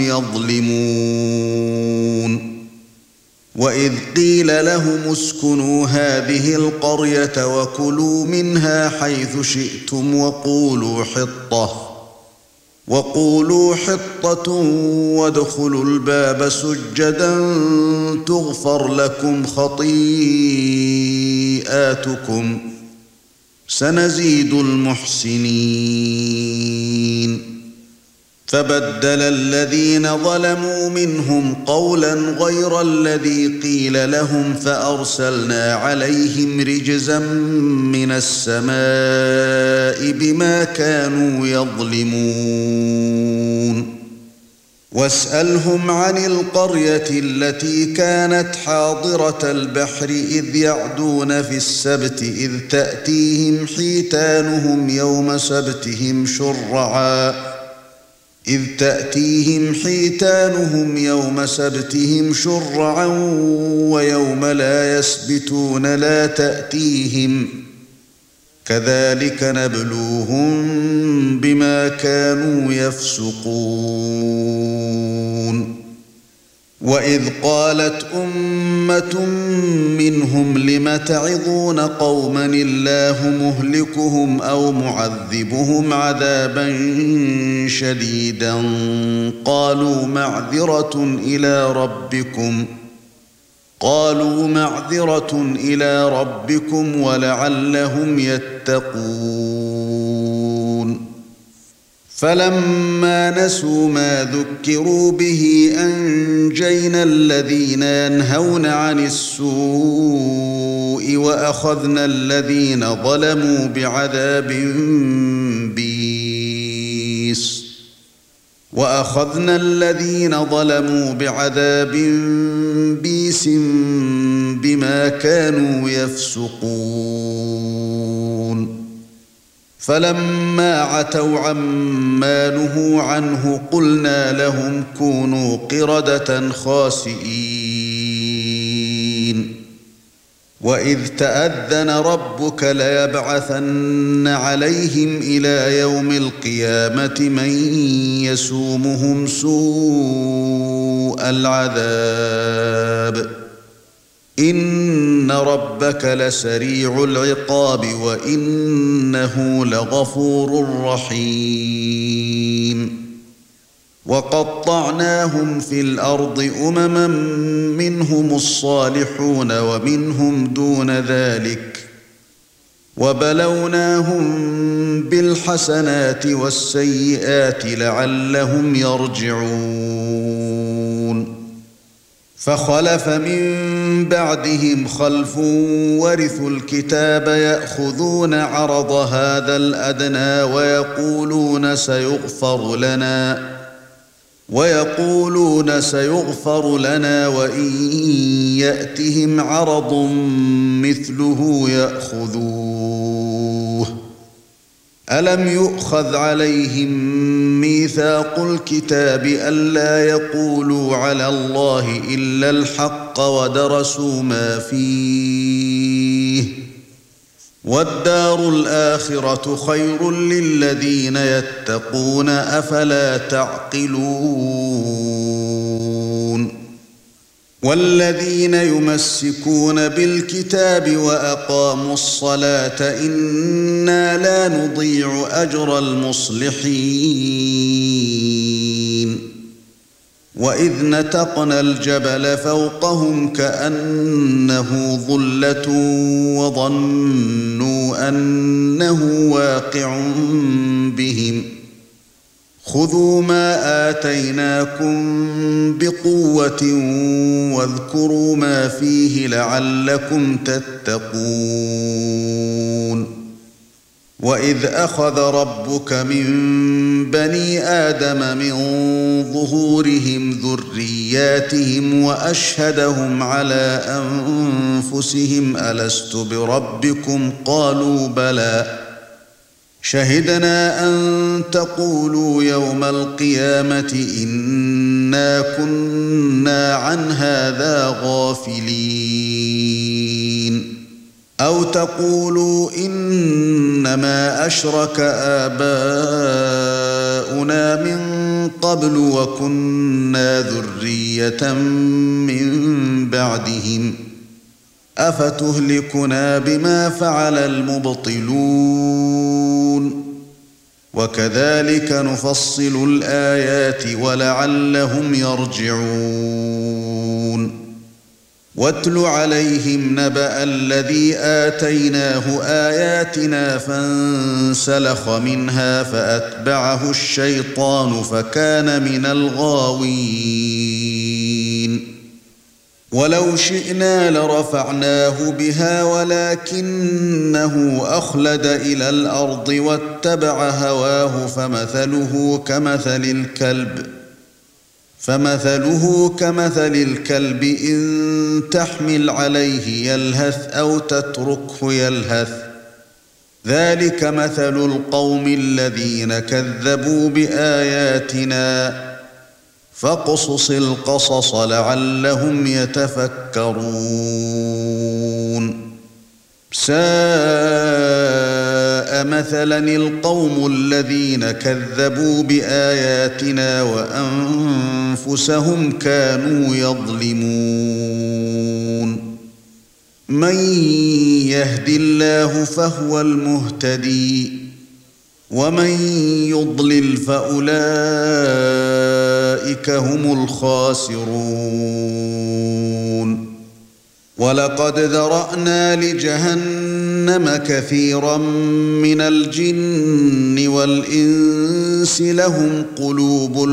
يظلمون وإذ قيل لهم اسكنوا هذه القرية وكلوا منها حيث شئتم وقولوا حطة وادخلوا الباب سجدا تغفر لكم خطيئاتكم سنزيد المحسنين فبدل الذين ظلموا منهم قولا غير الذي قيل لهم فأرسلنا عليهم رجزا من السماء بما كانوا يظلمون واسألهم عن القرية التي كانت حاضرة البحر إذ يعدون في السبت إذ تأتيهم حيتانهم يوم سبتهم شرعا ويوم لا يسبتون لا تأتيهم كذلك نبلوهم بما كانوا يفسقون وإذ قالت أمة منهم لم تعظون قوما الله مهلكهم أو معذبهم عذابا شديدا قالوا معذرة إلى ربكم ولعلهم يتقون فلما نسوا ما ذكروا به أنجينا الذين ينهون عن السوء وأخذنا الذين ظلموا بعذاب بئيس بما كانوا يفسقون فلما عتوا عما نهوا عنه قلنا لهم كونوا قردة خاسئين وإذ تأذن ربك ليبعثن عليهم إلى يوم القيامة من يسومهم سوء العذاب إن ربك لسريع العقاب وإنه لغفور رحيم وقطعناهم في الأرض أمما منهم الصالحون ومنهم دون ذلك وبلوناهم بالحسنات والسيئات لعلهم يرجعون فخلف من بعدهم خلف ورثوا الكتاب يأخذون عرض هذا الأدنى ويقولون سيغفر لنا وإن يأتهم عرض مثله يأخذوه ألم يؤخذ عليهم ميثاق الكتاب ألا يقولوا على الله إلا الحق ودرسوا ما فيه والدار الآخرة خير للذين يتقون أفلا تعقلون والذين يمسكون بالكتاب وأقاموا الصلاة إنا لا نضيع أجر المصلحين وإذ نتقنا الجبل فوقهم كأنه ظلة وظنوا أنه واقع بهم خذوا ما آتيناكم بقوة واذكروا ما فيه لعلكم تتقون وإذ أخذ ربك من بني آدم من ظهورهم ذرياتهم وأشهدهم على أنفسهم ألست بربكم قالوا بلى شهدنا أن تقولوا يوم القيامة إنا كنا عن هذا غافلين أو تقولوا إنما أشرك آباؤنا من قبل وكنا ذرية من بعدهم أفتهلكنا بما فعل المبطلون وكذلك نفصل الآيات ولعلهم يرجعون واتل عليهم نبأ الذي آتيناه آياتنا فانسلخ منها فأتبعه الشيطان فكان من الغاوين ولو شئنا لرفعناه بها ولكنه أخلد إلى الأرض واتبع هواه فمثله كمثل الكلب إن تحمل عليه يلهث أو تتركه يلهث ذلك مثل القوم الذين كذبوا بآياتنا فاقصص القصص لعلهم يتفكرون ساء مثلا القوم الذين كذبوا بآياتنا وأنفسهم كانوا يظلمون من يهد الله فهو المهتدي ومن يضلل فأولئك هم الخاسرون ولقد ذرأنا لجهنم جهنم كثيرا من الجن والإنس لهم قلوب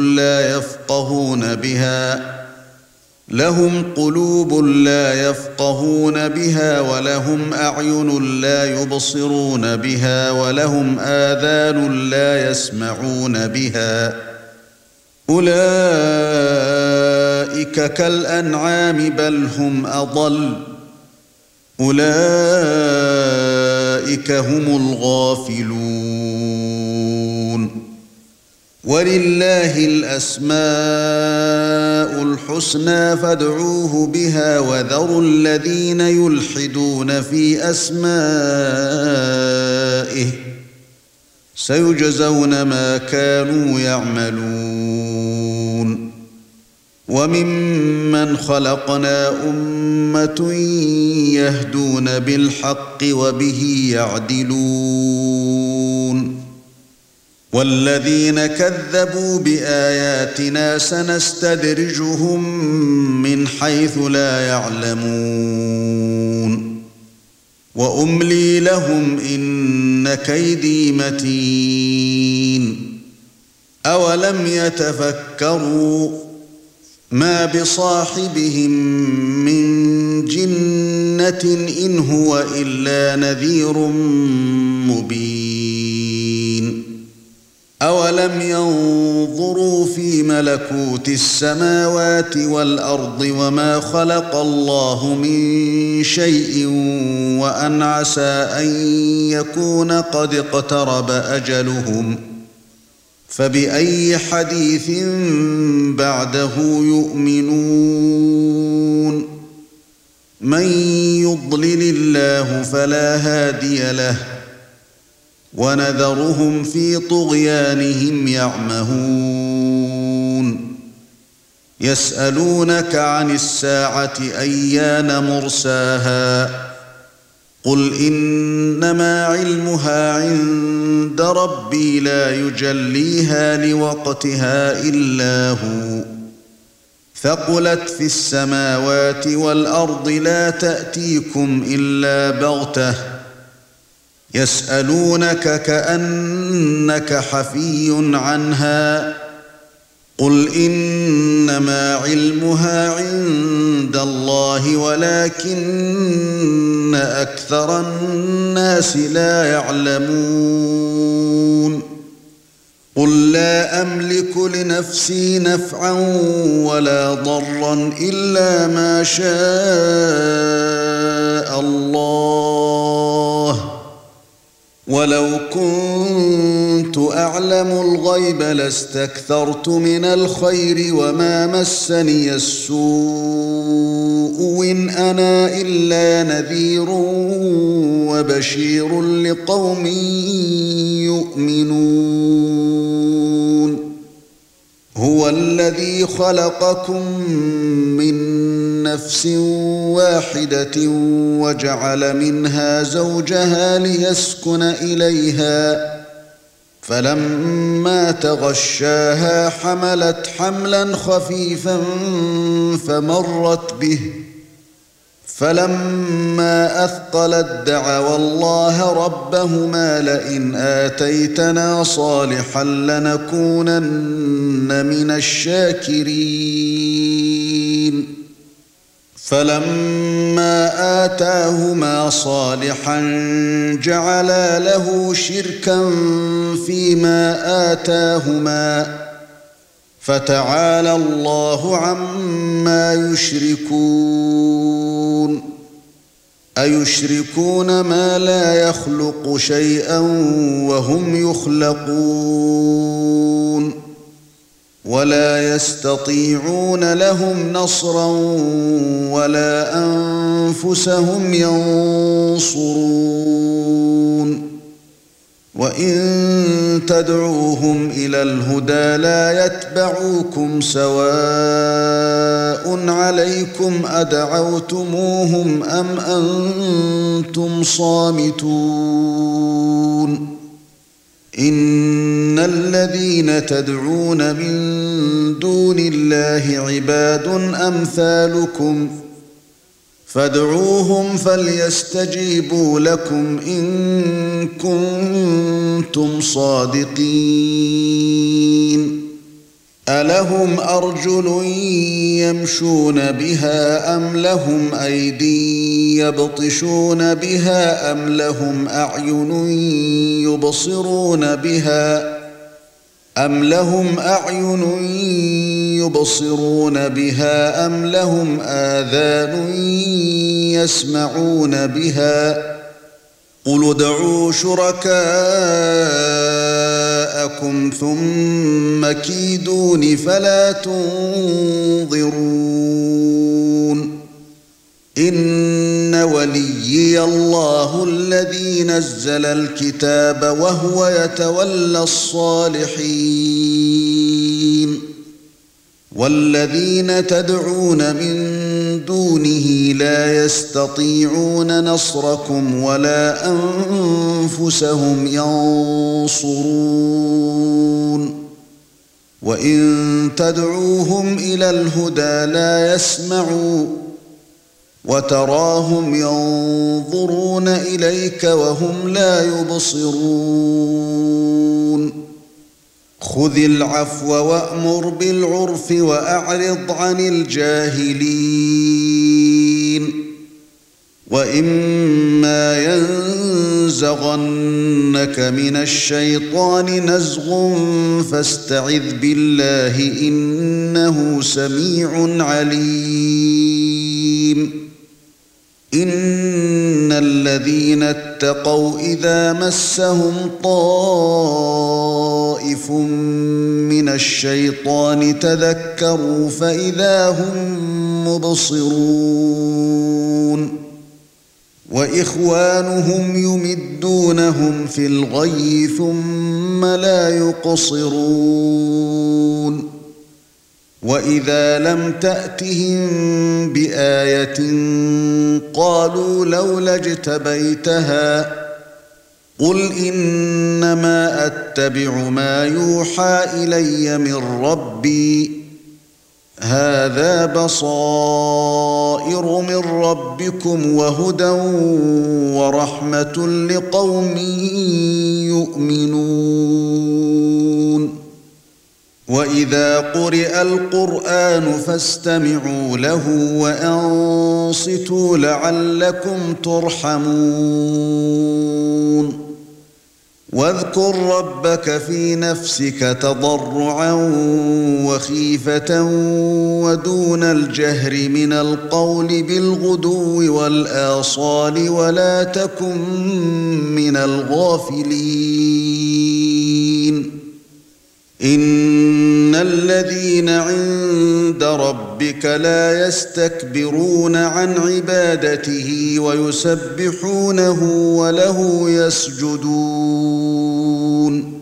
لا يفقهون بها ولهم أعين لا يبصرون بها ولهم آذان لا يسمعون بها أولئك كالأنعام بل هم أضل أولئك هم الغافلون ولله الأسماء الحسنى فادعوه بها وذروا الذين يلحدون في أسمائه سيجزون ما كانوا يعملون وممن خلقنا أمة يهدون بالحق وبه يعدلون والذين كذبوا بآياتنا سنستدرجهم من حيث لا يعلمون وأملي لهم إن كيدي متين أولم يتفكروا ما بصاحبهم من جنة إن هو إلا نذير مبين أولم ينظروا في ملكوت السماوات والأرض وما خلق الله من شيء وأن عسى أن يكون قد اقترب أجلهم فبأي حديث بعده يؤمنون من يضلل الله فلا هادي له ونذرهم في طغيانهم يعمهون يسألونك عن الساعة أيان مرساها قل إنما علمها عند ربي لا يجليها لوقتها إلا هو ثقلت في السماوات والأرض لا تأتيكم إلا بغتة يسألونك كأنك حفي عنها قل إنما علمها عند الله ولكن أكثر الناس لا يعلمون قل لا أملك لنفسي نفعا ولا ضرا إلا ما شاء الله ولو كنت أعلم الغيب لاستكثرت من الخير وما مسني السوء إن أنا إلا نذير وبشير لقوم يؤمنون هو الذي خلقكم من نفس واحدة وجعل منها زوجها ليسكن إليها فلما تغشاها حملت حملا خفيفا فمرت به فلما أثقلت دعوا الله ربهما لئن آتيتنا صالحا لنكونن من الشاكرين فلما آتاهما صالحا جعلا له شركا فيما آتاهما فتعالى الله عما يشركون أيشركون ما لا يخلق شيئا وهم يخلقون ولا يستطيعون لهم نصرا ولا أنفسهم ينصرون وإن تدعوهم إلى الهدى لا يتبعوكم سواء عليكم أدعوتموهم أم أنتم صامتون إن الذين تدعون من دون الله عباد أمثالكم فادعوهم فليستجيبوا لكم إن كنتم صادقين ألهم أرجل يمشون بها أم لهم أيدي يبطشون بها أم لهم أعين يبصرون بها أم لهم أعين يبصرون بها أم لهم آذان يسمعون بها قل ادعوا شركاءكم ثم كيدون فلا تنظرون إن وليي الله الذي نزل الكتاب وهو يتولى الصالحين والذين تدعون من دونه لا يستطيعون نصركم ولا أنفسهم ينصرون وإن تدعوهم إلى الهدى لا يسمعوا وتراهم ينظرون إليك وهم لا يبصرون خذ العفو وأمر بالعرف وأعرض عن الجاهلين وإما ينزغنك من الشيطان نزغ فاستعذ بالله إنه سميع عليم إن الذين اتقوا إذا مسهم طائف من الشيطان تذكروا فإذا هم مبصرون وإخوانهم يمدونهم في الغي ثم لا يقصرون وإذا لم تأتهم بآية قالوا لولا اجتبيتها قل إنما أتبع ما يوحى إلي من ربي هذا بصائر من ربكم وهدى ورحمة لقوم يؤمنون وإذا قرئ القرآن فاستمعوا له وأنصتوا لعلكم ترحمون واذكر ربك في نفسك تضرعا وخيفة ودون الجهر من القول بالغدو والآصال ولا تكن من الغافلين إن الذين عند ربك لا يستكبرون عن عبادته ويسبحونه وله يسجدون